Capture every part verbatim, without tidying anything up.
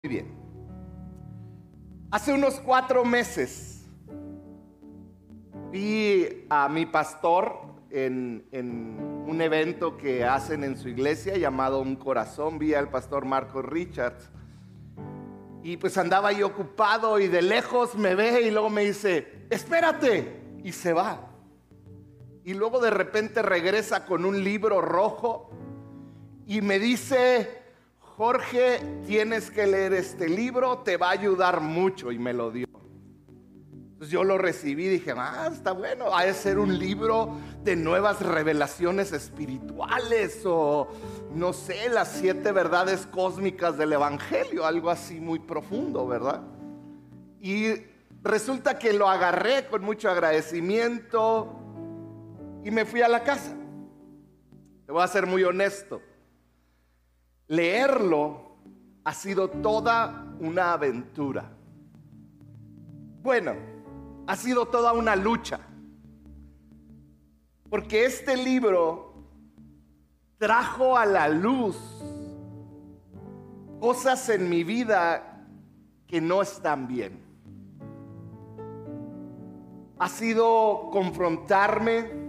Muy bien. Hace unos cuatro meses vi a mi pastor en, en un evento que hacen en su iglesia llamado Un Corazón. Vi al pastor Marcos Richards y pues andaba ahí ocupado y de lejos me ve y luego me dice, espérate, y se va. Y luego de repente regresa con un libro rojo y me dice, Jorge, tienes que leer este libro, te va a ayudar mucho, y me lo dio. Entonces yo lo recibí y dije, ah, está bueno, ha de ser un libro de nuevas revelaciones espirituales o no sé, las siete verdades cósmicas del evangelio, algo así muy profundo, ¿verdad? Y resulta que lo agarré con mucho agradecimiento y me fui a la casa. Te voy a ser muy honesto. Leerlo ha sido toda una aventura. Bueno, ha sido toda una lucha. Porque este libro trajo a la luz cosas en mi vida que no están bien. Ha sido confrontarme.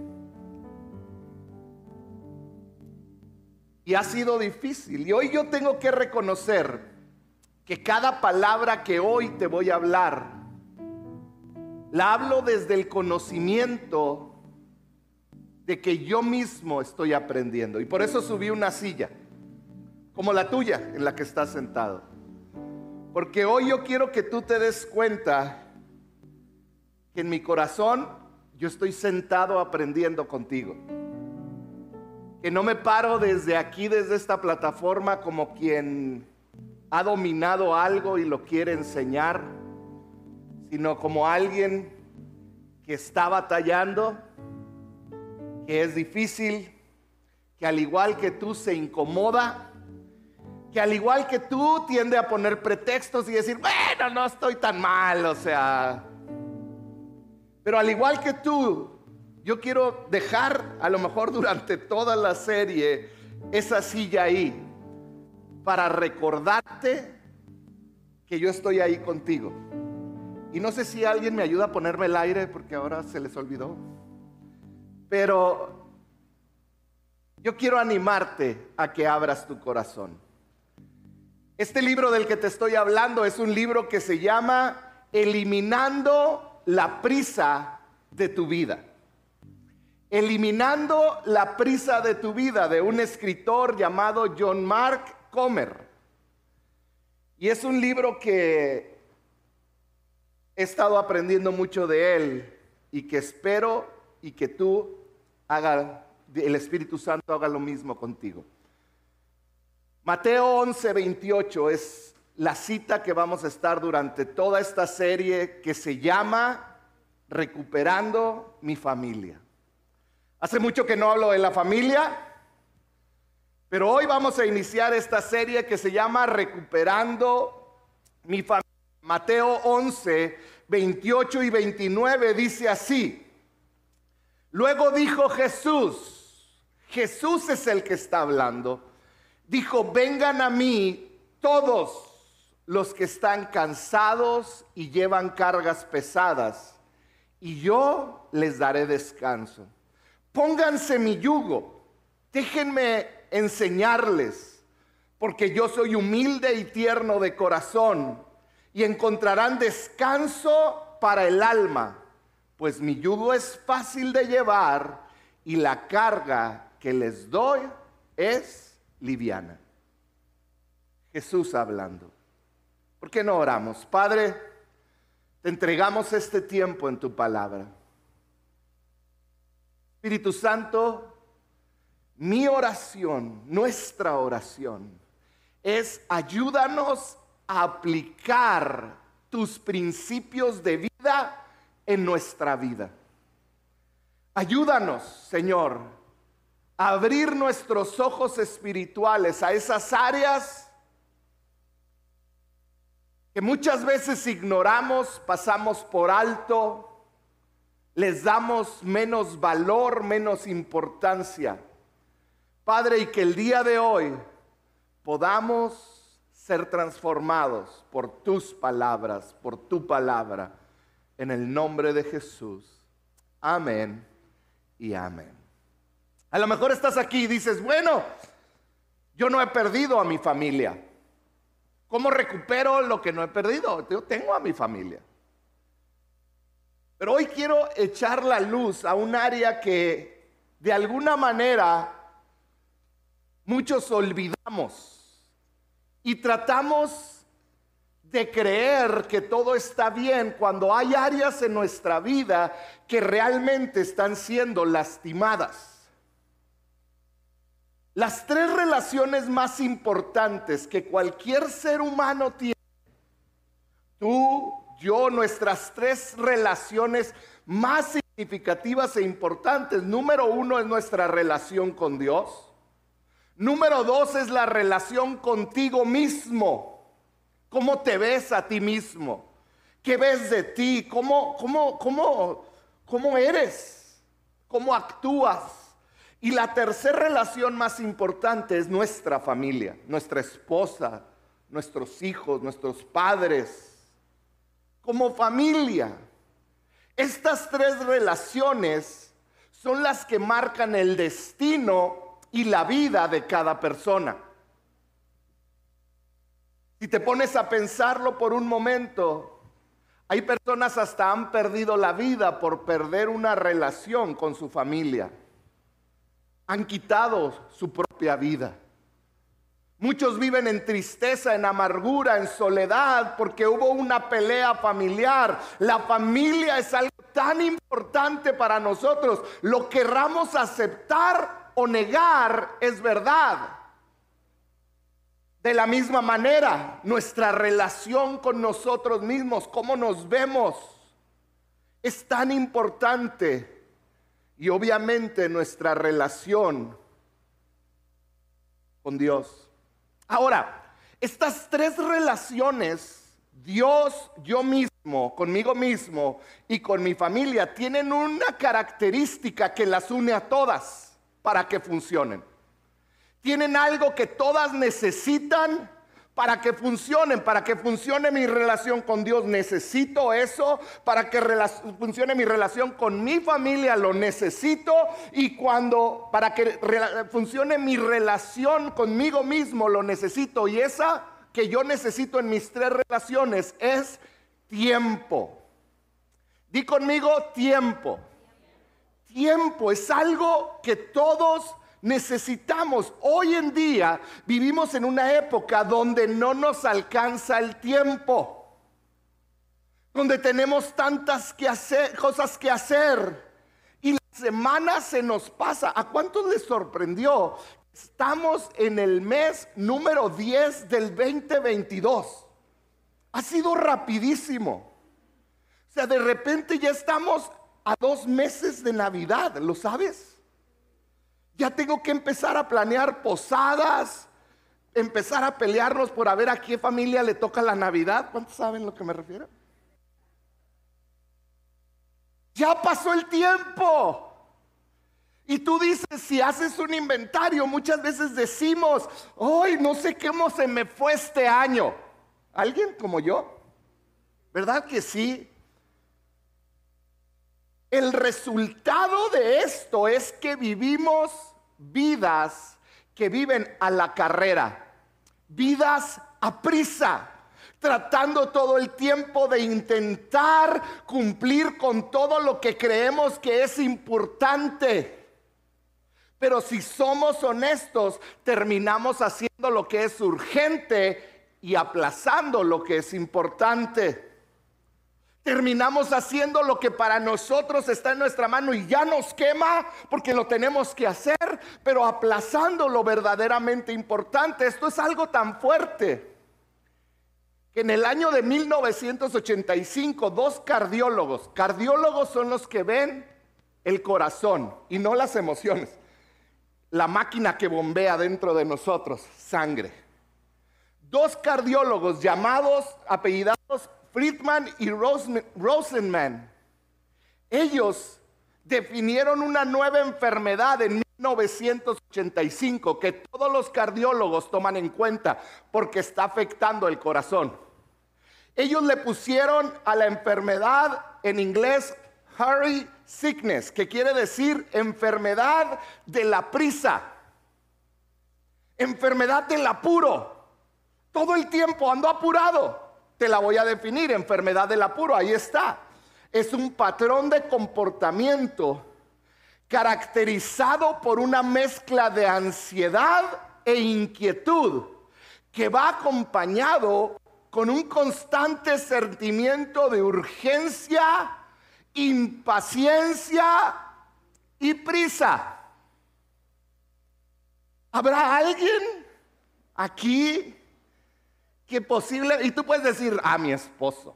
Y ha sido difícil. Y hoy yo tengo que reconocer que cada palabra que hoy te voy a hablar, la hablo desde el conocimiento de que yo mismo estoy aprendiendo. Y por eso subí una silla, como la tuya, en la que estás sentado. Porque hoy yo quiero que tú te des cuenta que en mi corazón yo estoy sentado aprendiendo contigo. Que no me paro desde aquí, desde esta plataforma, como quien ha dominado algo y lo quiere enseñar, sino como alguien que está batallando, que es difícil, que al igual que tú se incomoda, que al igual que tú tiende a poner pretextos y decir, bueno, no estoy tan mal, o sea. Pero al igual que tú, yo quiero dejar a lo mejor durante toda la serie esa silla ahí para recordarte que yo estoy ahí contigo. Y no sé si alguien me ayuda a ponerme el aire porque ahora se les olvidó. Pero yo quiero animarte a que abras tu corazón. Este libro del que te estoy hablando es un libro que se llama Eliminando la prisa de tu vida. Eliminando la prisa de tu vida, de un escritor llamado John Mark Comer. Y es un libro que he estado aprendiendo mucho de él y que espero y que tú haga, el Espíritu Santo haga lo mismo contigo. Mateo once veintiocho es la cita que vamos a estar durante toda esta serie que se llama Recuperando mi familia. Hace mucho que no hablo de la familia, pero hoy vamos a iniciar esta serie que se llama Recuperando mi familia. Mateo once, veintiocho y veintinueve dice así. Luego dijo Jesús, Jesús es el que está hablando, dijo, vengan a mí todos los que están cansados y llevan cargas pesadas, y yo les daré descanso. Pónganse mi yugo, déjenme enseñarles, porque yo soy humilde y tierno de corazón, y encontrarán descanso para el alma, pues mi yugo es fácil de llevar y la carga que les doy es liviana. Jesús hablando. ¿Por qué no oramos? Padre, te entregamos este tiempo en tu palabra. Espíritu Santo, mi oración, nuestra oración, es ayúdanos a aplicar tus principios de vida en nuestra vida. Ayúdanos, Señor, a abrir nuestros ojos espirituales a esas áreas que muchas veces ignoramos, pasamos por alto, les damos menos valor, menos importancia. Padre, y que el día de hoy podamos ser transformados por tus palabras, por tu palabra, en el nombre de Jesús. Amén y amén. A lo mejor estás aquí y dices, bueno, yo no he perdido a mi familia. ¿Cómo recupero lo que no he perdido? Yo tengo a mi familia. Pero hoy quiero echar la luz a un área que de alguna manera muchos olvidamos y tratamos de creer que todo está bien cuando hay áreas en nuestra vida que realmente están siendo lastimadas. Las tres relaciones más importantes que cualquier ser humano tiene, tú, yo, nuestras tres relaciones más significativas e importantes. Número uno es nuestra relación con Dios. Número dos es la relación contigo mismo. ¿Cómo te ves a ti mismo? ¿Qué ves de ti? ¿Cómo, cómo, cómo, cómo eres? ¿Cómo actúas? Y la tercera relación más importante es nuestra familia, nuestra esposa, nuestros hijos, nuestros padres. Como familia, estas tres relaciones son las que marcan el destino y la vida de cada persona. Si te pones a pensarlo por un momento, hay personas hasta han perdido la vida por perder una relación con su familia. Han quitado su propia vida. Muchos viven en tristeza, en amargura, en soledad, porque hubo una pelea familiar. La familia es algo tan importante para nosotros. Lo querramos aceptar o negar, es verdad. De la misma manera, nuestra relación con nosotros mismos, cómo nos vemos, es tan importante. Y obviamente nuestra relación con Dios. Ahora, estas tres relaciones, Dios, yo mismo, conmigo mismo y con mi familia, tienen una característica que las une a todas para que funcionen. Tienen algo que todas necesitan para que funcionen. Para que funcione mi relación con Dios, necesito eso. Para que funcione mi relación con mi familia, lo necesito. Y cuando, para que funcione mi relación conmigo mismo, lo necesito. Y esa que yo necesito en mis tres relaciones es tiempo. Di conmigo, tiempo. Tiempo es algo que todos necesitamos. Hoy en día vivimos en una época donde no nos alcanza el tiempo, donde tenemos tantas que hacer, cosas que hacer, y la semana se nos pasa. ¿A cuántos les sorprendió? Estamos en el mes número diez del veinte veintidós. Ha sido rapidísimo. O sea, de repente ya estamos a dos meses de Navidad, ¿lo sabes? Ya tengo que empezar a planear posadas, empezar a pelearnos por a ver a qué familia le toca la Navidad. ¿Cuántos saben lo que me refiero? Ya pasó el tiempo. Y tú dices, si haces un inventario, muchas veces decimos, ¡ay, no sé cómo se me fue este año! ¿Alguien como yo? ¿Verdad que sí? El resultado de esto es que vivimos vidas que viven a la carrera, vidas a prisa, tratando todo el tiempo de intentar cumplir con todo lo que creemos que es importante. Pero si somos honestos, terminamos haciendo lo que es urgente y aplazando lo que es importante. Terminamos haciendo lo que para nosotros está en nuestra mano y ya nos quema porque lo tenemos que hacer, pero aplazando lo verdaderamente importante. Esto es algo tan fuerte que en el año de mil novecientos ochenta y cinco, dos cardiólogos, cardiólogos son los que ven el corazón y no las emociones, la máquina que bombea dentro de nosotros, sangre. Dos cardiólogos llamados, apellidados Friedman y Rosenman, ellos definieron una nueva enfermedad en mil novecientos ochenta y cinco que todos los cardiólogos toman en cuenta porque está afectando el corazón. Ellos le pusieron a la enfermedad en inglés hurry sickness, que quiere decir enfermedad de la prisa, enfermedad del apuro. Todo el tiempo ando apurado. Te la voy a definir, enfermedad del apuro, ahí está. Es un patrón de comportamiento caracterizado por una mezcla de ansiedad e inquietud que va acompañado con un constante sentimiento de urgencia, impaciencia y prisa. ¿Habrá alguien aquí que posible, y tú puedes decir, ah, mi esposo?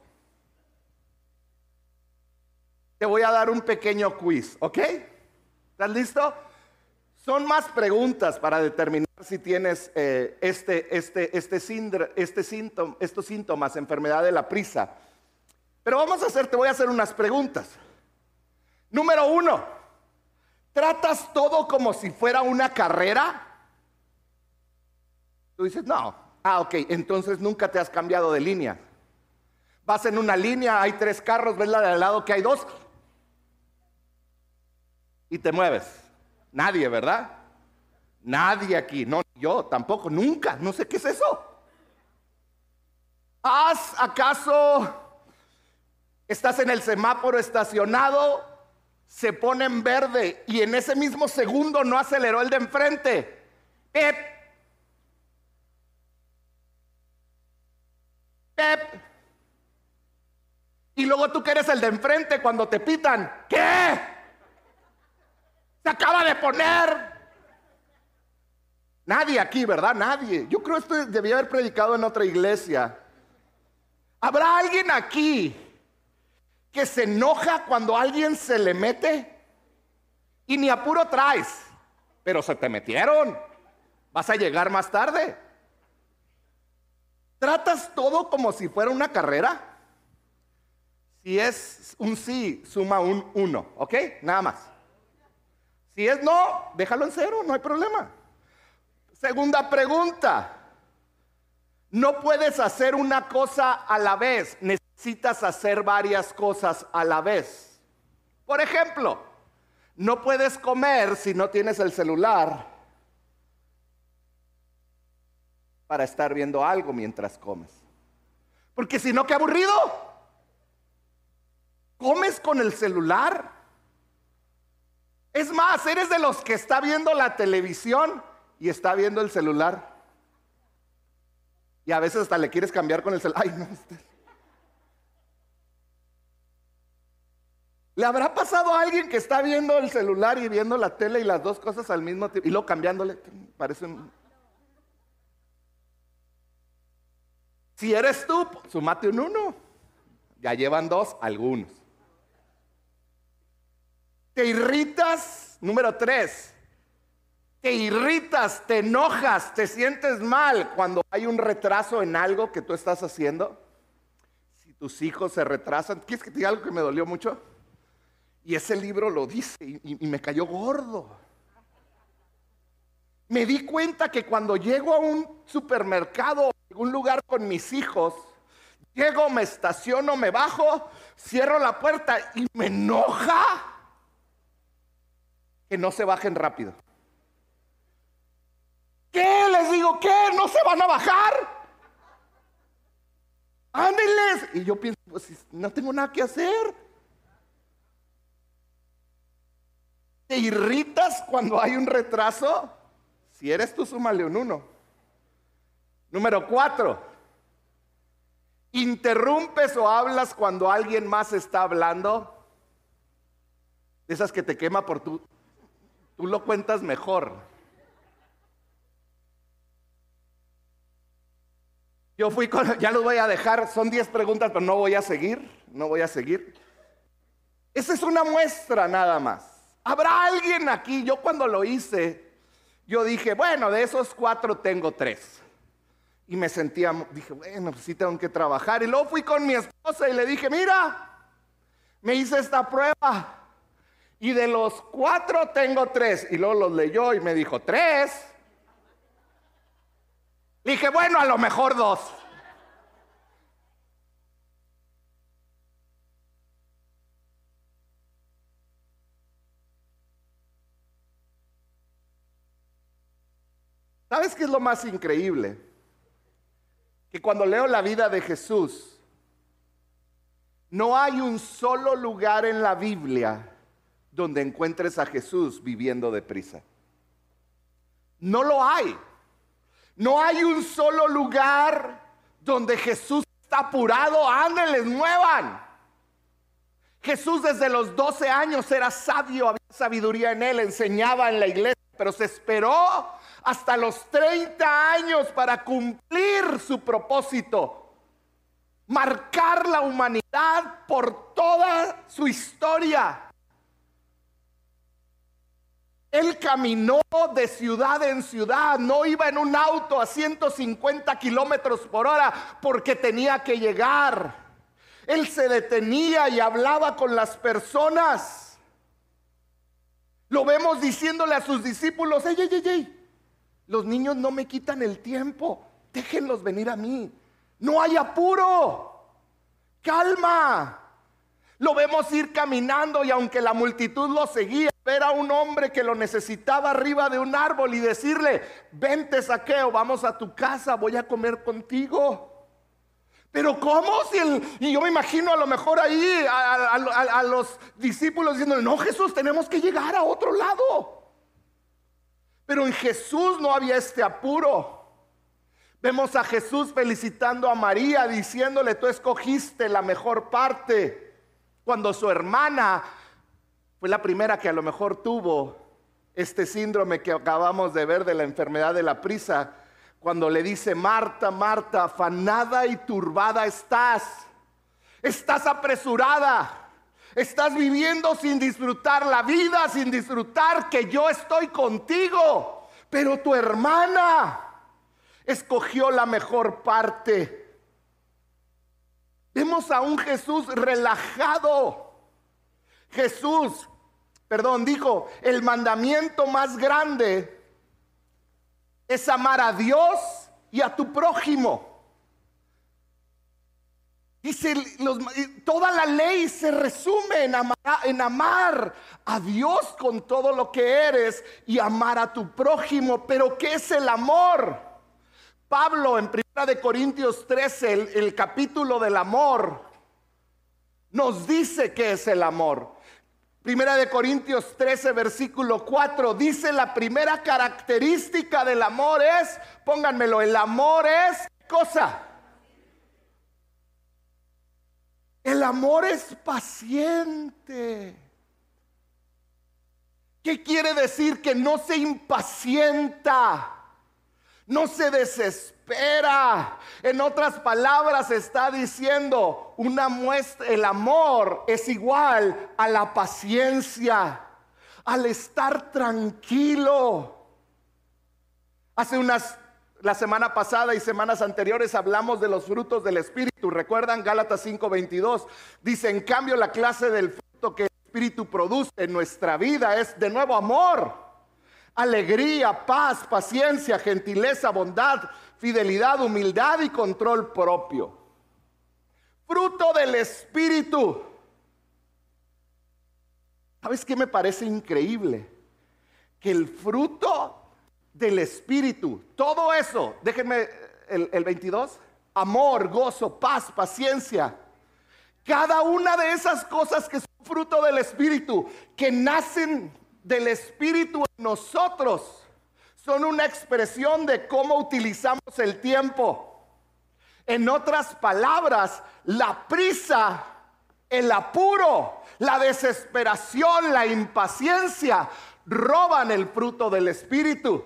Te voy a dar un pequeño quiz, ¿ok? ¿Estás listo? Son más preguntas para determinar si tienes eh, este, este, este, síndrome, este síntoma, estos síntomas, enfermedad de la prisa. Pero vamos a hacer, te voy a hacer unas preguntas. Número uno, ¿tratas todo como si fuera una carrera? Tú dices, no. Ah, ok, entonces nunca te has cambiado de línea. Vas en una línea, hay tres carros, ves la de al lado que hay dos y te mueves. Nadie, ¿verdad? Nadie aquí, no, yo tampoco, nunca, no sé qué es eso. ¿Has acaso, estás en el semáforo estacionado, se pone en verde y en ese mismo segundo no aceleró el de enfrente? Pep, pep. Y luego tú que eres el de enfrente cuando te pitan, ¿qué? Se acaba de poner. Nadie aquí, ¿verdad? Nadie. Yo creo que esto debía haber predicado en otra iglesia. ¿Habrá alguien aquí que se enoja cuando alguien se le mete? Y ni apuro traes, pero se te metieron. Vas a llegar más tarde. ¿Tratas todo como si fuera una carrera? Si es un sí, suma un uno, ¿ok? Nada más. Si es no, déjalo en cero, no hay problema. Segunda pregunta. No puedes hacer una cosa a la vez, necesitas hacer varias cosas a la vez. Por ejemplo, no puedes comer si no tienes el celular para estar viendo algo mientras comes. Porque si no, qué aburrido. ¿Comes con el celular? Es más, eres de los que está viendo la televisión y está viendo el celular. Y a veces hasta le quieres cambiar con el celular. Ay, no. ¿Le habrá pasado a alguien que está viendo el celular y viendo la tele y las dos cosas al mismo tiempo? Y luego cambiándole. Parece un... Si eres tú, sumate un uno. Ya llevan dos algunos. ¿Te irritas? Número tres. ¿Te irritas, te enojas, te sientes mal cuando hay un retraso en algo que tú estás haciendo? Si tus hijos se retrasan. ¿Quieres que te diga algo que me dolió mucho? Y ese libro lo dice y, y me cayó gordo. Me di cuenta que cuando llego a un supermercado o a algún lugar con mis hijos, llego, me estaciono, me bajo, cierro la puerta y me enoja que no se bajen rápido. ¿Qué? Les digo, ¿qué? ¿No se van a bajar? Ándenles. Y yo pienso, pues no tengo nada que hacer. ¿Te irritas cuando hay un retraso? Si eres tú, súmale un uno. Número cuatro. ¿Interrumpes o hablas cuando alguien más está hablando? De esas que te quema por tu... Tú lo cuentas mejor. Yo fui con... Ya los voy a dejar. Son diez preguntas, pero no voy a seguir. No voy a seguir. Esa es una muestra nada más. ¿Habrá alguien aquí? Yo cuando lo hice, yo dije, bueno, de esos cuatro tengo tres. Y me sentía, dije, bueno, pues sí tengo que trabajar. Y luego fui con mi esposa y le dije, mira, me hice esta prueba. Y de los cuatro tengo tres. Y luego los leyó y me dijo, ¿tres? Le dije, bueno, a lo mejor dos. ¿Sabes qué es lo más increíble? Que cuando leo la vida de Jesús, no hay un solo lugar en la Biblia donde encuentres a Jesús viviendo deprisa. No lo hay. No hay un solo lugar donde Jesús está apurado. Ándenles, muevan. Jesús desde los doce años era sabio, había sabiduría en él, enseñaba en la iglesia, pero se esperó hasta los treinta años para cumplir su propósito, marcar la humanidad por toda su historia. Él caminó de ciudad en ciudad, no iba en un auto a ciento cincuenta kilómetros por hora porque tenía que llegar. Él se detenía y hablaba con las personas. Lo vemos diciéndole a sus discípulos, ey, ey, ey, ey, los niños no me quitan el tiempo, déjenlos venir a mí. No hay apuro, calma. Lo vemos ir caminando y aunque la multitud lo seguía, ver a un hombre que lo necesitaba arriba de un árbol y decirle, vente Zaqueo, vamos a tu casa, voy a comer contigo. Pero ¿cómo? Si el, y yo me imagino a lo mejor ahí a, a, a, a los discípulos diciendo, no Jesús, tenemos que llegar a otro lado. Pero en Jesús no había este apuro. Vemos a Jesús felicitando a María, diciéndole, tú escogiste la mejor parte. Cuando su hermana fue la primera que a lo mejor tuvo este síndrome que acabamos de ver de la enfermedad de la prisa, cuando le dice, Marta, Marta, afanada y turbada estás, estás apresurada, estás viviendo sin disfrutar la vida, sin disfrutar que yo estoy contigo, pero tu hermana escogió la mejor parte. Vemos a un Jesús relajado. Jesús, perdón, dijo, el mandamiento más grande es amar a Dios y a tu prójimo. Dice, los, toda la ley se resume en amar, en amar a Dios con todo lo que eres y amar a tu prójimo. Pero ¿qué es el amor? Pablo en primera de Corintios trece, el, el capítulo del amor, nos dice qué es el amor. Primera de Corintios trece, versículo cuatro, dice la primera característica del amor es, pónganmelo, el amor es, ¿qué cosa? El amor es paciente. ¿Qué quiere decir? Que no se impacienta. No se desespera. En otras palabras está diciendo una muestra, el amor es igual a la paciencia, al estar tranquilo. Hace unas, la semana pasada y semanas anteriores hablamos de los frutos del Espíritu. ¿Recuerdan? Gálatas cinco veintidós. Dice, en cambio la clase del fruto que el Espíritu produce en nuestra vida es de nuevo amor, alegría, paz, paciencia, gentileza, bondad, fidelidad, humildad y control propio. Fruto del Espíritu. ¿Sabes qué me parece increíble? Que el fruto del Espíritu, todo eso, déjenme el, el veintidós, amor, gozo, paz, paciencia, cada una de esas cosas que son fruto del Espíritu, que nacen del Espíritu en nosotros, son una expresión de cómo utilizamos el tiempo. En otras palabras, la prisa, el apuro, la desesperación, la impaciencia roban el fruto del Espíritu.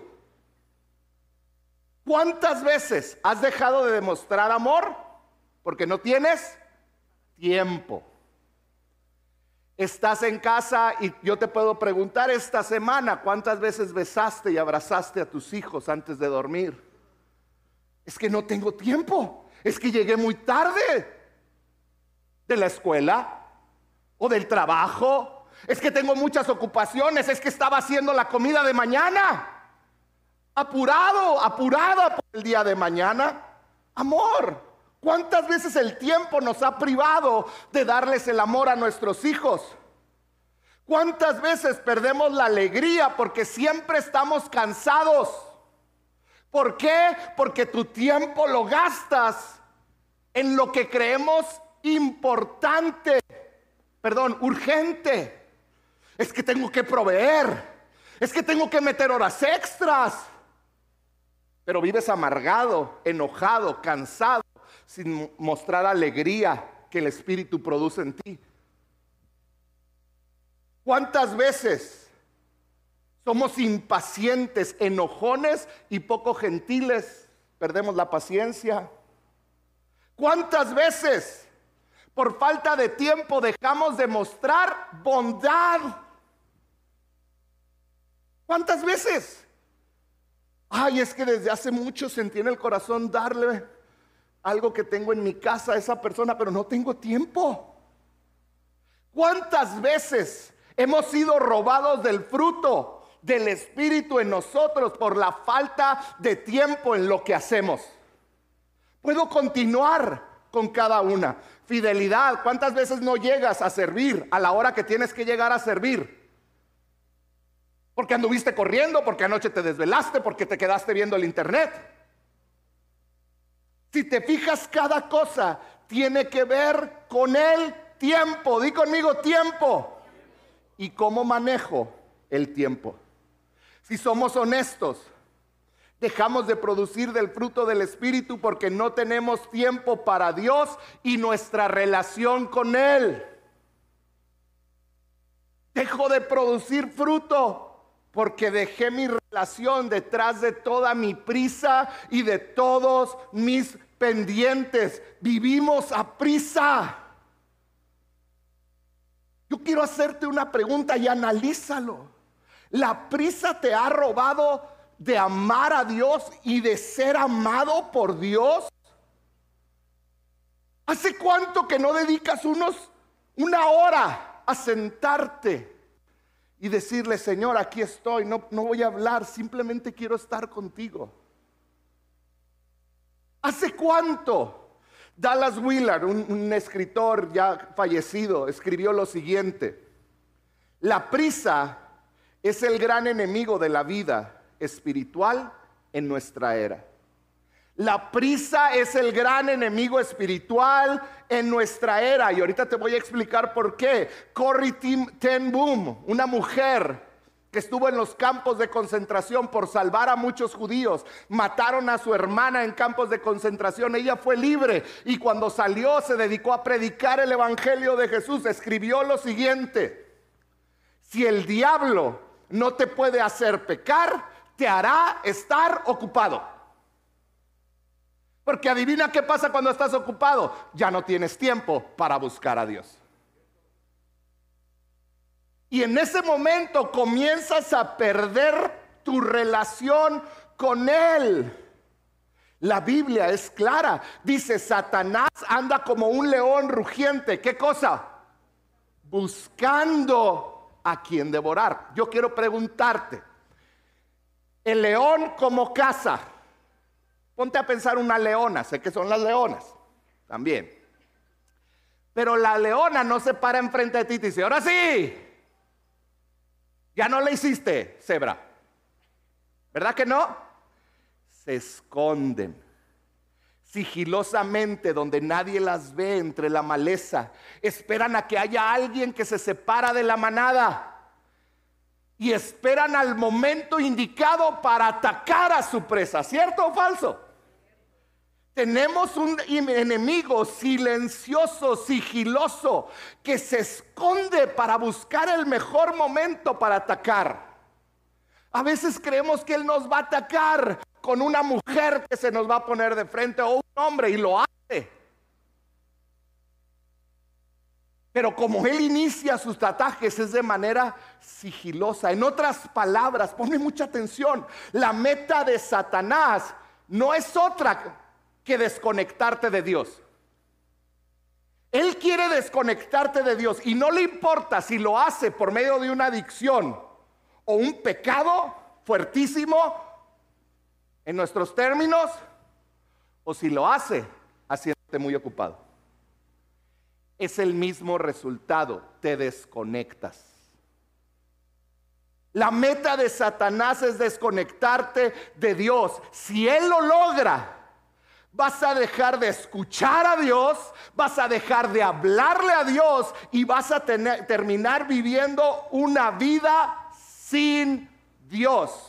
¿Cuántas veces has dejado de demostrar amor porque no tienes tiempo? Estás en casa y yo te puedo preguntar esta semana, ¿cuántas veces besaste y abrazaste a tus hijos antes de dormir? Es que no tengo tiempo, es que llegué muy tarde de la escuela o del trabajo. Es que tengo muchas ocupaciones, es que estaba haciendo la comida de mañana. Apurado, apurada por el día de mañana. Amor, ¿cuántas veces el tiempo nos ha privado de darles el amor a nuestros hijos? ¿Cuántas veces perdemos la alegría porque siempre estamos cansados? ¿Por qué? Porque tu tiempo lo gastas en lo que creemos importante, perdón, urgente. Es que tengo que proveer, es que tengo que meter horas extras. Pero vives amargado, enojado, cansado, sin mostrar alegría que el Espíritu produce en ti. ¿Cuántas veces somos impacientes, enojones y poco gentiles? Perdemos la paciencia. ¿Cuántas veces por falta de tiempo dejamos de mostrar bondad? ¿Cuántas veces? Ay, es que desde hace mucho sentí en el corazón darle algo que tengo en mi casa a esa persona, pero no tengo tiempo. ¿Cuántas veces hemos sido robados del fruto del Espíritu en nosotros por la falta de tiempo en lo que hacemos? Puedo continuar con cada una. Fidelidad, ¿cuántas veces no llegas a servir a la hora que tienes que llegar a servir? Porque anduviste corriendo, porque anoche te desvelaste, porque te quedaste viendo el internet. Si te fijas, cada cosa tiene que ver con el tiempo. Di conmigo, tiempo. ¿Y cómo manejo el tiempo? Si somos honestos, dejamos de producir del fruto del Espíritu porque no tenemos tiempo para Dios y nuestra relación con Él. Dejo de producir fruto porque dejé mi relación detrás de toda mi prisa y de todos mis pendientes. Vivimos a prisa. Yo quiero hacerte una pregunta y analízalo. ¿La prisa te ha robado de amar a Dios y de ser amado por Dios? ¿Hace cuánto que no dedicas unos, una hora a sentarte y decirle, Señor, aquí estoy, no, no voy a hablar, simplemente quiero estar contigo? ¿Hace cuánto? Dallas Willard, un, un escritor ya fallecido, escribió lo siguiente: la prisa es el gran enemigo de la vida espiritual en nuestra era. La prisa es el gran enemigo espiritual en nuestra era. Y ahorita te voy a explicar por qué. Corrie ten Boom, una mujer que estuvo en los campos de concentración por salvar a muchos judíos. Mataron a su hermana en campos de concentración. Ella fue libre y cuando salió se dedicó a predicar el evangelio de Jesús. Escribió lo siguiente: si el diablo no te puede hacer pecar, te hará estar ocupado. Porque adivina qué pasa cuando estás ocupado. Ya no tienes tiempo para buscar a Dios. Y en ese momento comienzas a perder tu relación con Él. La Biblia es clara. Dice, Satanás anda como un león rugiente. ¿Qué cosa? Buscando a quien devorar. Yo quiero preguntarte, el león como caza. Ponte a pensar una leona, sé que son las leonas también. Pero la leona no se para enfrente de ti y te dice, ahora sí, ya no le hiciste, cebra. ¿Verdad que no? Se esconden sigilosamente donde nadie las ve, entre la maleza. Esperan a que haya alguien que se separa de la manada. Y esperan al momento indicado para atacar a su presa. ¿Cierto o falso? Tenemos un enemigo silencioso, sigiloso, que se esconde para buscar el mejor momento para atacar. A veces creemos que Él nos va a atacar con una mujer que se nos va a poner de frente, o un hombre, y lo hace. Pero como Él inicia sus ataques es de manera sigilosa. En otras palabras, ponme mucha atención, la meta de Satanás no es otra que desconectarte de Dios. Él quiere desconectarte de Dios y no le importa si lo hace por medio de una adicción o un pecado fuertísimo en nuestros términos, o si lo hace haciéndote muy ocupado. Es el mismo resultado, te desconectas. La meta de Satanás es desconectarte de Dios. Si él lo logra, vas a dejar de escuchar a Dios, vas a dejar de hablarle a Dios y vas a tener, terminar viviendo una vida sin Dios.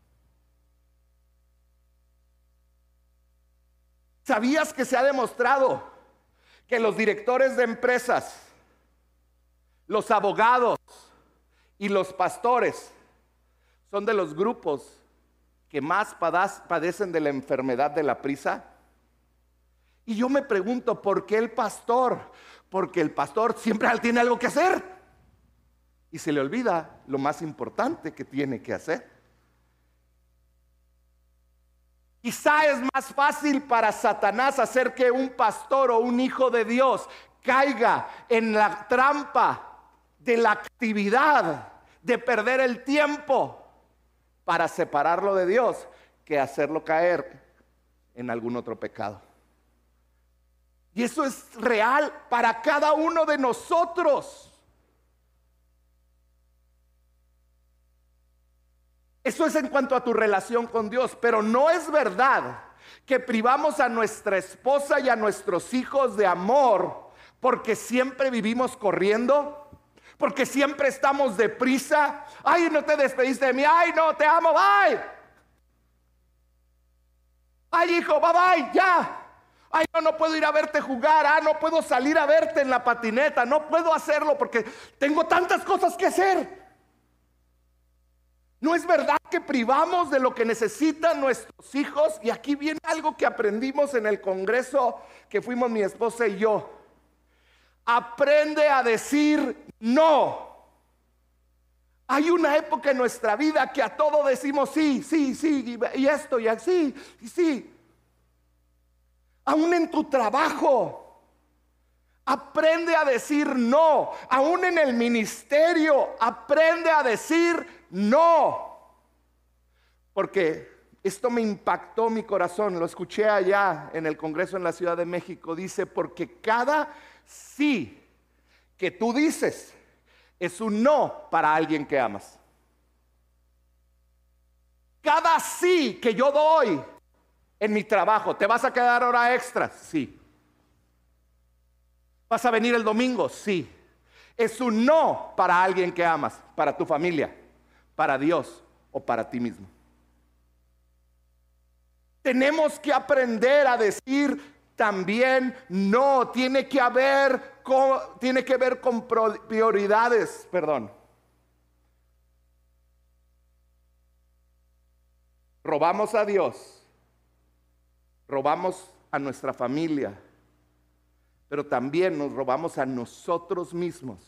¿Sabías que se ha demostrado que los directores de empresas, los abogados y los pastores son de los grupos que más padecen de la enfermedad de la prisa? Y yo me pregunto, ¿por qué el pastor? Porque el pastor siempre tiene algo que hacer y se le olvida lo más importante que tiene que hacer. Quizá es más fácil para Satanás hacer que un pastor o un hijo de Dios caiga en la trampa de la actividad, de perder el tiempo para separarlo de Dios, que hacerlo caer en algún otro pecado. Y eso es real para cada uno de nosotros. Eso es en cuanto a tu relación con Dios, pero no es verdad que privamos a nuestra esposa y a nuestros hijos de amor porque siempre vivimos corriendo, porque siempre estamos deprisa. Ay, no te despediste de mí. Ay, no, te amo, bye. Ay, hijo, bye, bye, ya. Ay, no, no puedo ir a verte jugar. Ah, no puedo salir a verte en la patineta. No puedo hacerlo porque tengo tantas cosas que hacer. ¿No es verdad que privamos de lo que necesitan nuestros hijos? Y aquí viene algo que aprendimos en el congreso que fuimos mi esposa y yo. Aprende a decir no. Hay una época en nuestra vida que a todo decimos sí, sí, sí, y esto y así, y sí. Aún en tu trabajo, aprende a decir no. Aún en el ministerio, aprende a decir no. Porque esto me impactó mi corazón. Lo escuché allá en el Congreso en la Ciudad de México. Dice, porque cada sí que tú dices es un no para alguien que amas. Cada sí que yo doy en mi trabajo, ¿te vas a quedar hora extras? Sí. ¿Vas a venir el domingo? Sí. Es un no para alguien que amas, para tu familia, para Dios o para ti mismo. Tenemos que aprender a decir también no. Tiene que haber, tiene que ver con prioridades, perdón. Robamos a Dios, robamos a nuestra familia, pero también nos robamos a nosotros mismos.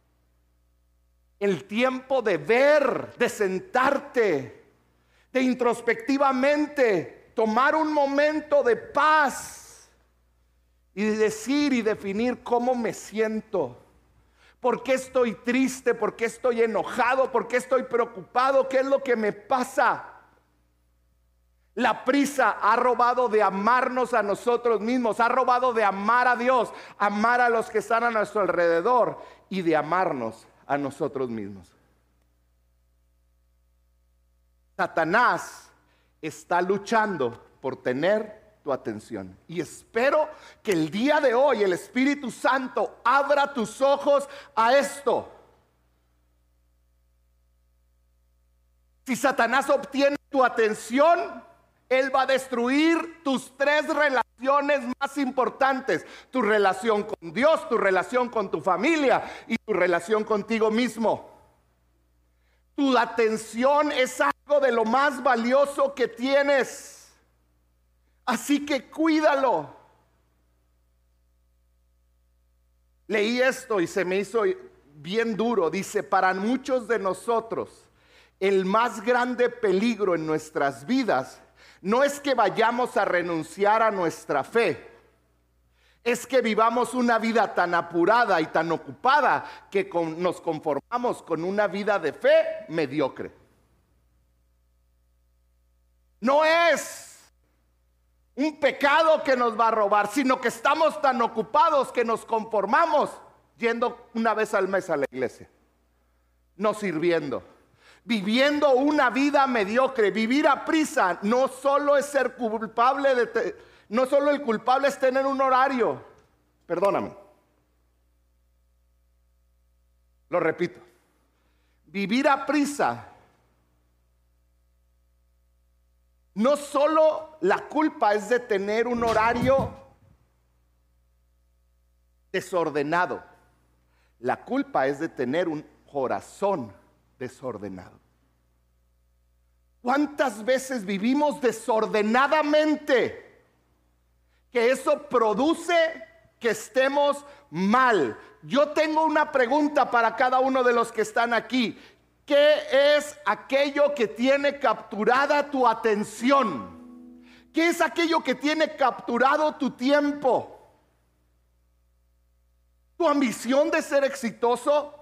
El tiempo de ver, de sentarte, de introspectivamente tomar un momento de paz y decir y definir cómo me siento. ¿Por qué estoy triste? ¿Por qué estoy enojado? ¿Por qué estoy preocupado? ¿Qué es lo que me pasa? La prisa ha robado de amarnos a nosotros mismos, ha robado de amar a Dios, amar a los que están a nuestro alrededor y de amarnos a nosotros mismos. Satanás está luchando por tener tu atención. Y espero que el día de hoy el Espíritu Santo abra tus ojos a esto. Si Satanás obtiene tu atención, él va a destruir tus tres relaciones más importantes. Tu relación con Dios, tu relación con tu familia y tu relación contigo mismo. Tu atención es algo de lo más valioso que tienes. Así que cuídalo. Leí esto y se me hizo bien duro. Dice, para muchos de nosotros, el más grande peligro en nuestras vidas no es que vayamos a renunciar a nuestra fe. es que vivamos una vida tan apurada y tan ocupada que con, nos conformamos con una vida de fe mediocre. No es un pecado que nos va a robar, sino que estamos tan ocupados que nos conformamos yendo una vez al mes a la iglesia, no sirviendo, viviendo una vida mediocre. Vivir a prisa no solo es ser culpable de... Te- No solo el culpable es tener un horario, perdóname, lo repito, vivir a prisa, no solo la culpa es de tener un horario desordenado, la culpa es de tener un corazón desordenado. ¿Cuántas veces vivimos desordenadamente? Que eso produce que estemos mal. Yo tengo una pregunta para cada uno de los que están aquí. ¿Qué es aquello que tiene capturada tu atención? ¿Qué es aquello que tiene capturado tu tiempo? ¿Tu ambición de ser exitoso?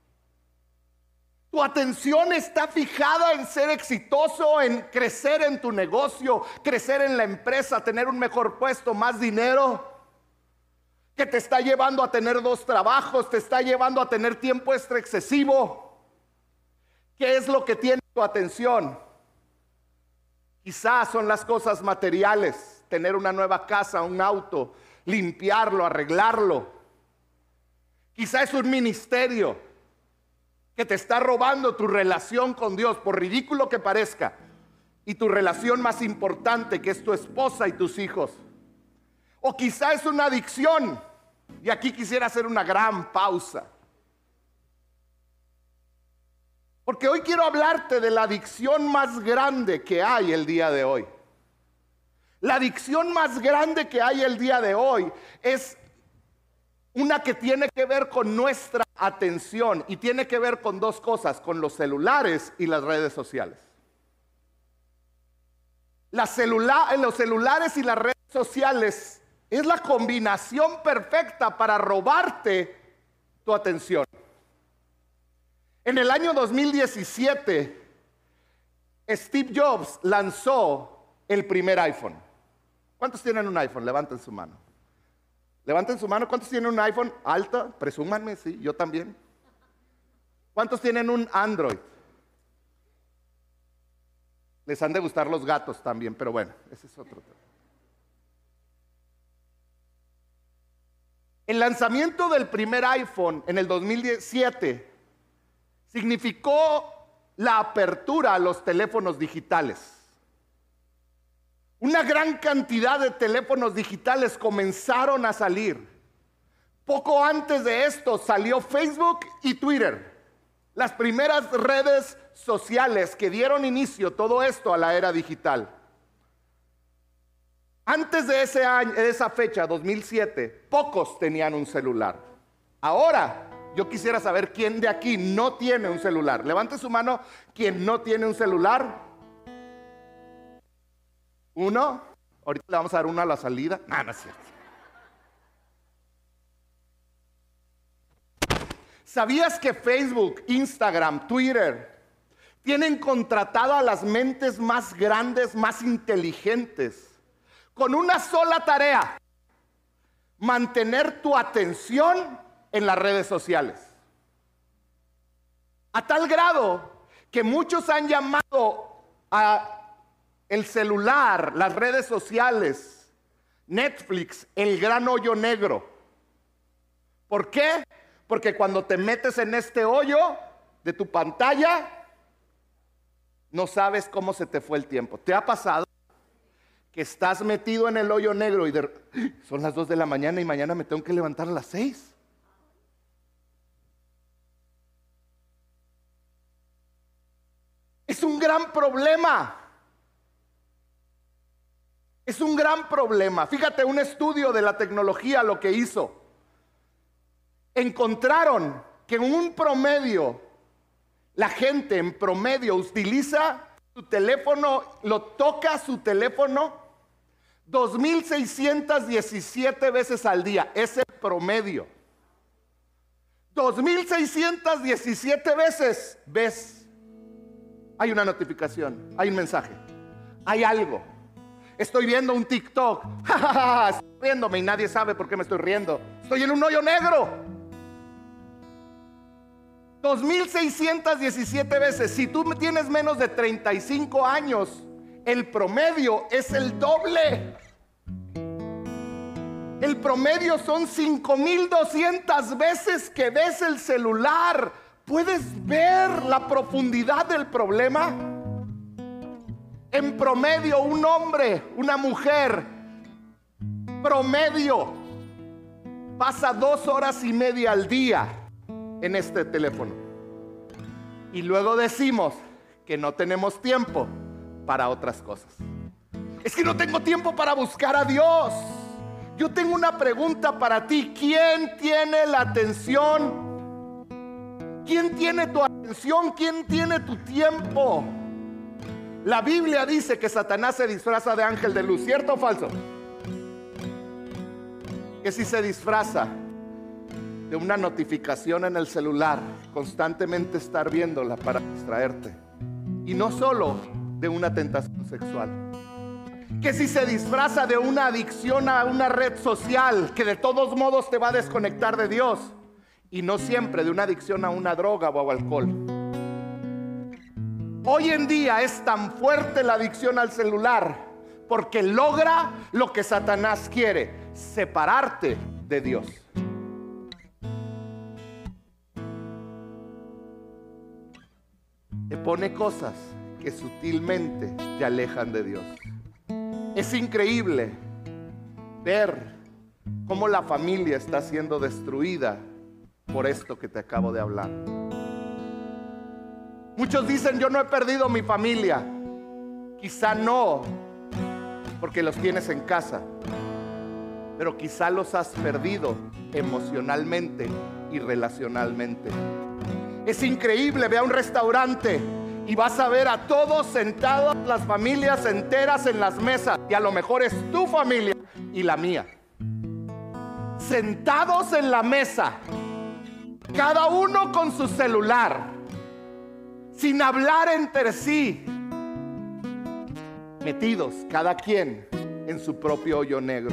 ¿Tu atención está fijada en ser exitoso, en crecer en tu negocio, crecer en la empresa, tener un mejor puesto, más dinero? Que te está llevando a tener dos trabajos, te está llevando a tener tiempo extra excesivo. ¿Qué es lo que tiene tu atención? Quizás son las cosas materiales, tener una nueva casa, un auto, limpiarlo, arreglarlo. Quizás es un ministerio que te está robando tu relación con Dios, por ridículo que parezca, y tu relación más importante, que es tu esposa y tus hijos. O quizá es una adicción, y aquí quisiera hacer una gran pausa, porque hoy quiero hablarte de la adicción más grande que hay el día de hoy. La adicción más grande que hay el día de hoy es una que tiene que ver con nuestra atención y tiene que ver con dos cosas, con los celulares y las redes sociales. La celula- los celulares y las redes sociales es la combinación perfecta para robarte tu atención. En el año dos mil diecisiete, Steve Jobs lanzó el primer iPhone. ¿Cuántos tienen un iPhone? Levanten su mano. Levanten su mano. ¿Cuántos tienen un iPhone? Alto, presúmanme, sí, yo también. ¿Cuántos tienen un Android? Les han de gustar los gatos también, pero bueno, ese es otro tema. El lanzamiento del primer iPhone en el dos mil diecisiete significó la apertura a los teléfonos digitales. Una gran cantidad de teléfonos digitales comenzaron a salir. Poco antes de esto salió Facebook y Twitter, las primeras redes sociales que dieron inicio todo esto a la era digital. Antes de ese año, de esa fecha, dos mil siete, pocos tenían un celular. Ahora, yo quisiera saber quién de aquí no tiene un celular. Levante su mano quien no tiene un celular. Uno. Ahorita le vamos a dar uno a la salida. No, no es cierto. ¿Sabías que Facebook, Instagram, Twitter tienen contratado a las mentes más grandes, más inteligentes, con una sola tarea: mantener tu atención en las redes sociales? A tal grado que muchos han llamado a el celular, las redes sociales, Netflix, el gran hoyo negro. ¿Por qué? Porque cuando te metes en este hoyo de tu pantalla, no sabes cómo se te fue el tiempo. ¿Te ha pasado que estás metido en el hoyo negro y de, son las dos de la mañana y mañana me tengo que levantar a las seis? Es un gran problema. Es un gran problema. Fíjate, un estudio de la tecnología lo que hizo. Encontraron que en un promedio, la gente en promedio utiliza su teléfono, lo toca su teléfono dos mil seiscientas diecisiete veces al día, es el promedio. dos mil seiscientas diecisiete veces ves, hay una notificación, hay un mensaje, hay algo. Estoy viendo un TikTok, estoy riéndome y nadie sabe por qué me estoy riendo. Estoy en un hoyo negro. dos mil seiscientas diecisiete veces. Si tú tienes menos de treinta y cinco años, el promedio es el doble. El promedio son cinco mil doscientas veces que ves el celular. ¿Puedes ver la profundidad del problema? En promedio, un hombre, una mujer, promedio, pasa dos horas y media al día en este teléfono. Y luego decimos que no tenemos tiempo para otras cosas. Es que no tengo tiempo para buscar a Dios. Yo tengo una pregunta para ti. ¿Quién tiene la atención? ¿Quién tiene tu atención? ¿Quién tiene tu tiempo? La Biblia dice que Satanás se disfraza de ángel de luz. ¿Cierto o falso? Que si se disfraza de una notificación en el celular, constantemente estar viéndola para distraerte. Y no solo de una tentación sexual. Que si se disfraza de una adicción a una red social, que de todos modos te va a desconectar de Dios. Y no siempre de una adicción a una droga o al alcohol. Hoy en día es tan fuerte la adicción al celular porque logra lo que Satanás quiere: separarte de Dios. Te pone cosas que sutilmente te alejan de Dios. Es increíble ver cómo la familia está siendo destruida por esto que te acabo de hablar. Muchos dicen: yo no he perdido mi familia. Quizá no, porque los tienes en casa, pero quizá los has perdido emocionalmente y relacionalmente. Es increíble, ve a un restaurante y vas a ver a todos sentados, las familias enteras en las mesas, y a lo mejor es tu familia y la mía, sentados en la mesa, cada uno con su celular, sin hablar entre sí, metidos cada quien en su propio hoyo negro.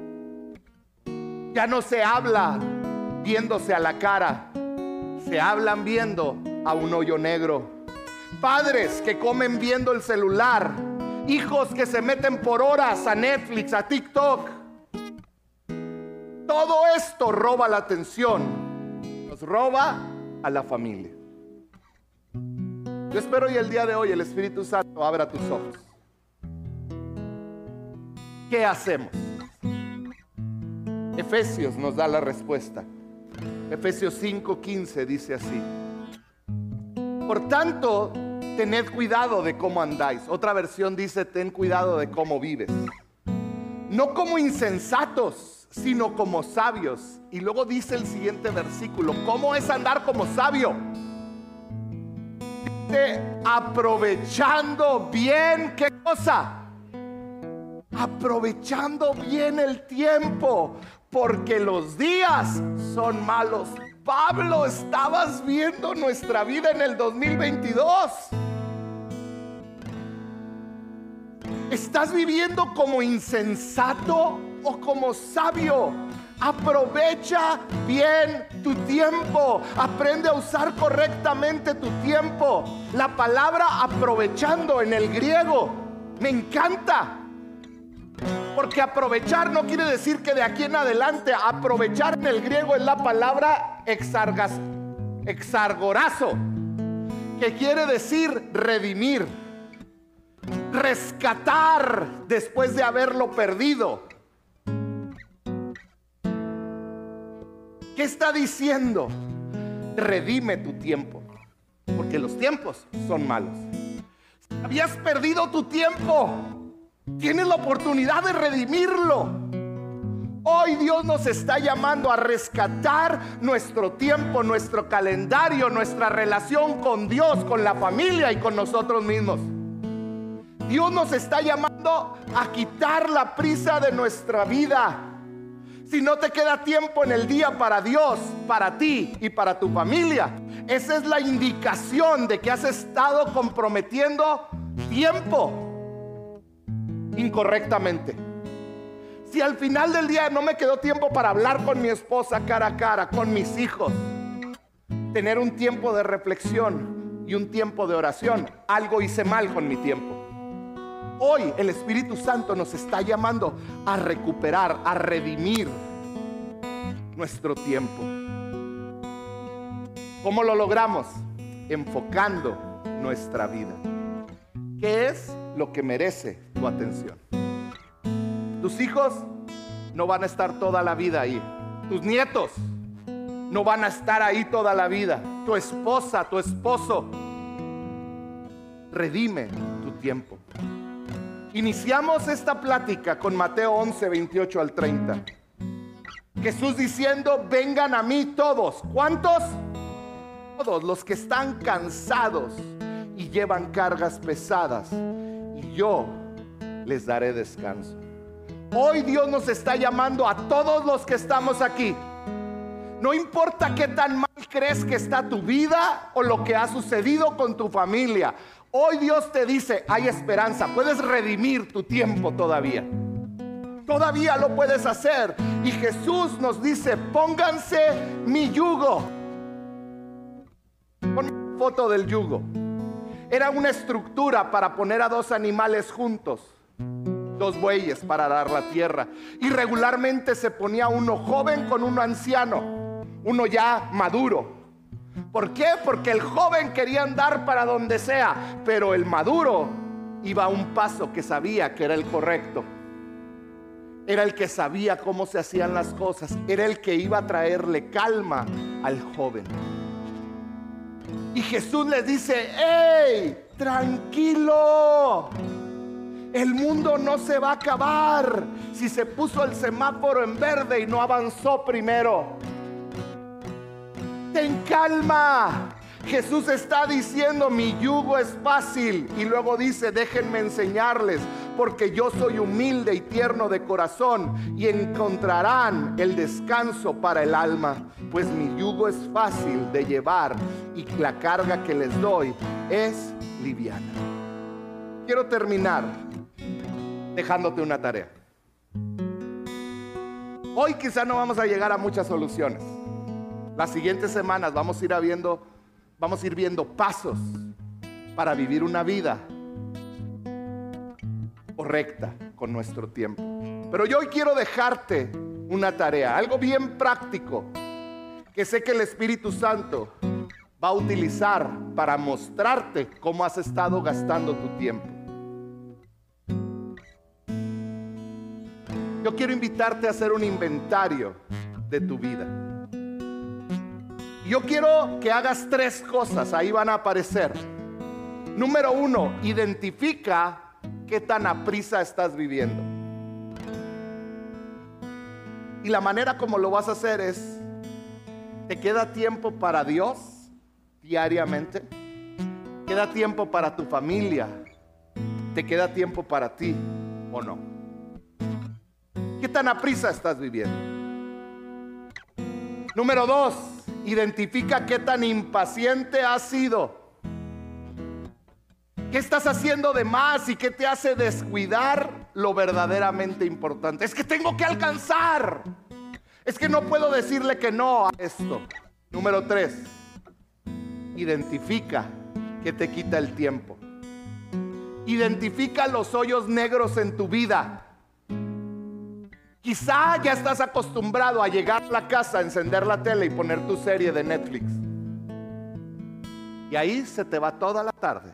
Ya no se habla viéndose a la cara, se hablan viendo a un hoyo negro. Padres que comen viendo el celular, hijos que se meten por horas a Netflix, a TikTok. Todo esto roba la atención, nos roba a la familia. Yo espero y el día de hoy el Espíritu Santo abra tus ojos. ¿Qué hacemos? Efesios nos da la respuesta. Efesios cinco quince dice así: por tanto, tened cuidado de cómo andáis. Otra versión dice: ten cuidado de cómo vives. No como insensatos, sino como sabios. Y luego dice el siguiente versículo: ¿cómo es andar como sabio? Dice: aprovechando bien, ¿qué cosa? Aprovechando bien el tiempo, porque los días son malos. Pablo, estabas viendo nuestra vida en el dos mil veintidós. ¿Estás viviendo como insensato o como sabio? Aprovecha bien tu tiempo. Aprende a usar correctamente tu tiempo. La palabra aprovechando en el griego me encanta, porque aprovechar no quiere decir que de aquí en adelante. Aprovechar en el griego es la palabra exargas, exargorazo, que quiere decir redimir, rescatar después de haberlo perdido. ¿Qué está diciendo? Redime tu tiempo, porque los tiempos son malos. Si habías perdido tu tiempo, tienes la oportunidad de redimirlo. Hoy Dios nos está llamando a rescatar nuestro tiempo, nuestro calendario, nuestra relación con Dios, con la familia y con nosotros mismos. Dios nos está llamando a quitar la prisa de nuestra vida. Si no te queda tiempo en el día para Dios, para ti y para tu familia, esa es la indicación de que has estado comprometiendo tiempo incorrectamente. Si al final del día no me quedó tiempo para hablar con mi esposa cara a cara, con mis hijos, tener un tiempo de reflexión y un tiempo de oración, algo hice mal con mi tiempo. Hoy el Espíritu Santo nos está llamando a recuperar, a redimir nuestro tiempo. ¿Cómo lo logramos? Enfocando nuestra vida. ¿Qué es lo que merece tu atención? Tus hijos no van a estar toda la vida ahí. Tus nietos no van a estar ahí toda la vida. Tu esposa, tu esposo. Redime tu tiempo. Iniciamos esta plática con Mateo once, veintiocho al treinta. Jesús diciendo: vengan a mí todos. ¿Cuántos? Todos los que están cansados y llevan cargas pesadas, y yo les daré descanso. Hoy Dios nos está llamando a todos los que estamos aquí. No importa qué tan mal crees que está tu vida o lo que ha sucedido con tu familia. Hoy Dios te dice: hay esperanza, puedes redimir tu tiempo todavía. Todavía lo puedes hacer. Y Jesús nos dice: pónganse mi yugo. Pon una foto del yugo. Era una estructura para poner a dos animales juntos, dos bueyes para arar la tierra. Y regularmente se ponía uno joven con uno anciano, uno ya maduro. ¿Por qué? Porque el joven quería andar para donde sea, pero el maduro iba a un paso que sabía que era el correcto. Era el que sabía cómo se hacían las cosas. Era el que iba a traerle calma al joven. Y Jesús les dice: ¡hey! Tranquilo. El mundo no se va a acabar si se puso el semáforo en verde y no avanzó primero. Ten calma. Jesús está diciendo: mi yugo es fácil. Y luego dice: déjenme enseñarles, porque yo soy humilde y tierno de corazón, y encontrarán el descanso para el alma, pues mi yugo es fácil de llevar y la carga que les doy es liviana. Quiero terminar dejándote una tarea. Hoy quizá no vamos a llegar a muchas soluciones. Las siguientes semanas vamos a ir viendo, vamos a ir viendo pasos para vivir una vida correcta con nuestro tiempo. Pero yo hoy quiero dejarte una tarea, algo bien práctico, que sé que el Espíritu Santo va a utilizar para mostrarte cómo has estado gastando tu tiempo. Yo quiero invitarte a hacer un inventario de tu vida. Yo quiero que hagas tres cosas, ahí van a aparecer. Número uno, identifica qué tan aprisa estás viviendo. Y la manera como lo vas a hacer es: ¿te queda tiempo para Dios diariamente? ¿Queda tiempo para tu familia? ¿Te queda tiempo para ti o no? ¿Qué tan aprisa estás viviendo? Número dos, identifica qué tan impaciente has sido. ¿Qué estás haciendo de más y qué te hace descuidar lo verdaderamente importante? Es que tengo que alcanzar. Es que no puedo decirle que no a esto. Número tres, identifica qué te quita el tiempo. Identifica los hoyos negros en tu vida. Quizá ya estás acostumbrado a llegar a la casa, encender la tele y poner tu serie de Netflix. Y ahí se te va toda la tarde.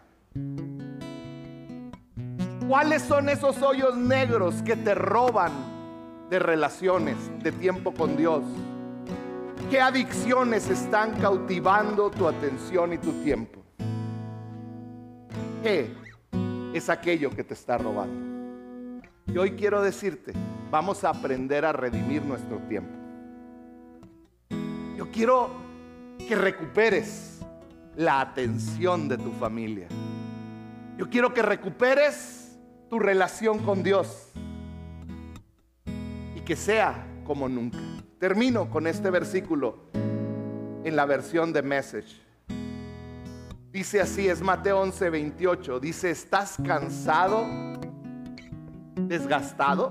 ¿Cuáles son esos hoyos negros que te roban de relaciones, de tiempo con Dios? ¿Qué adicciones están cautivando tu atención y tu tiempo? ¿Qué es aquello que te está robando? Y hoy quiero decirte, vamos a aprender a redimir nuestro tiempo. Yo quiero que recuperes la atención de tu familia. Yo quiero que recuperes tu relación con Dios y que sea como nunca. Termino con este versículo en la versión de Message. Dice así, es Mateo once, veintiocho. Dice, ¿estás cansado, desgastado,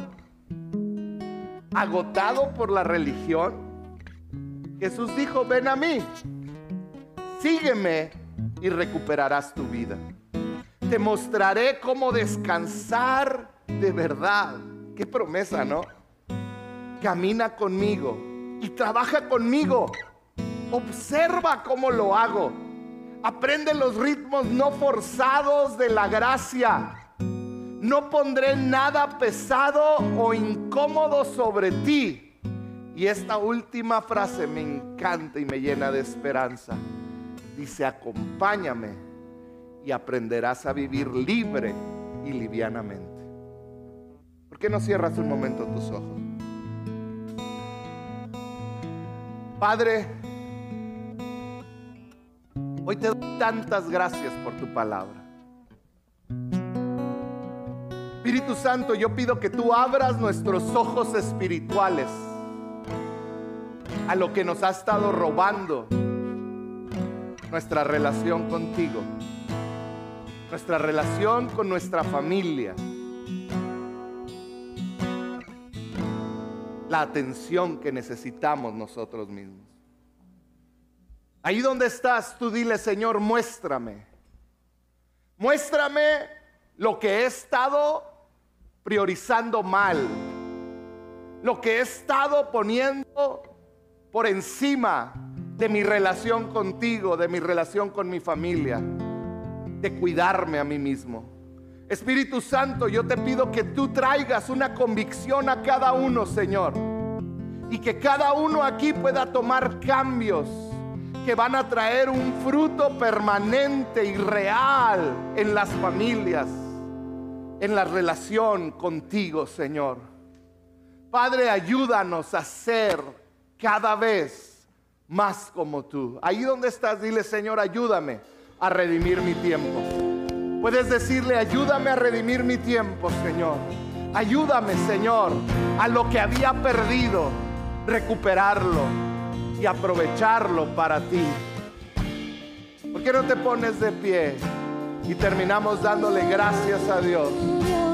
agotado por la religión? Jesús dijo, ven a mí, sígueme y recuperarás tu vida. Te mostraré cómo descansar de verdad. Qué promesa, ¿no? Camina conmigo y trabaja conmigo. Observa cómo lo hago. Aprende los ritmos no forzados de la gracia. No pondré nada pesado o incómodo sobre ti. Y esta última frase me encanta y me llena de esperanza. Dice, acompáñame y aprenderás a vivir libre y livianamente. ¿Por qué no cierras un momento tus ojos? Padre, hoy te doy tantas gracias por tu palabra. Espíritu Santo, yo pido que tú abras nuestros ojos espirituales a lo que nos ha estado robando nuestra relación contigo, nuestra relación con nuestra familia, la atención que necesitamos nosotros mismos. Ahí donde estás, tú dile, Señor, muéstrame. Muéstrame lo que he estado priorizando mal, lo que he estado poniendo por encima de mi relación contigo, de mi relación con mi familia, de cuidarme a mí mismo. Espíritu Santo, yo te pido que tú traigas una convicción a cada uno, Señor, y que cada uno aquí pueda tomar cambios que van a traer un fruto permanente y real en las familias, en la relación contigo, Señor. Padre, ayúdanos a ser cada vez más como tú. Ahí donde estás, dile, Señor, ayúdame a redimir mi tiempo. Puedes decirle, ayúdame a redimir mi tiempo, Señor. Ayúdame, Señor, a lo que había perdido, recuperarlo y aprovecharlo para ti. ¿Por qué no te pones de pie y terminamos dándole gracias a Dios?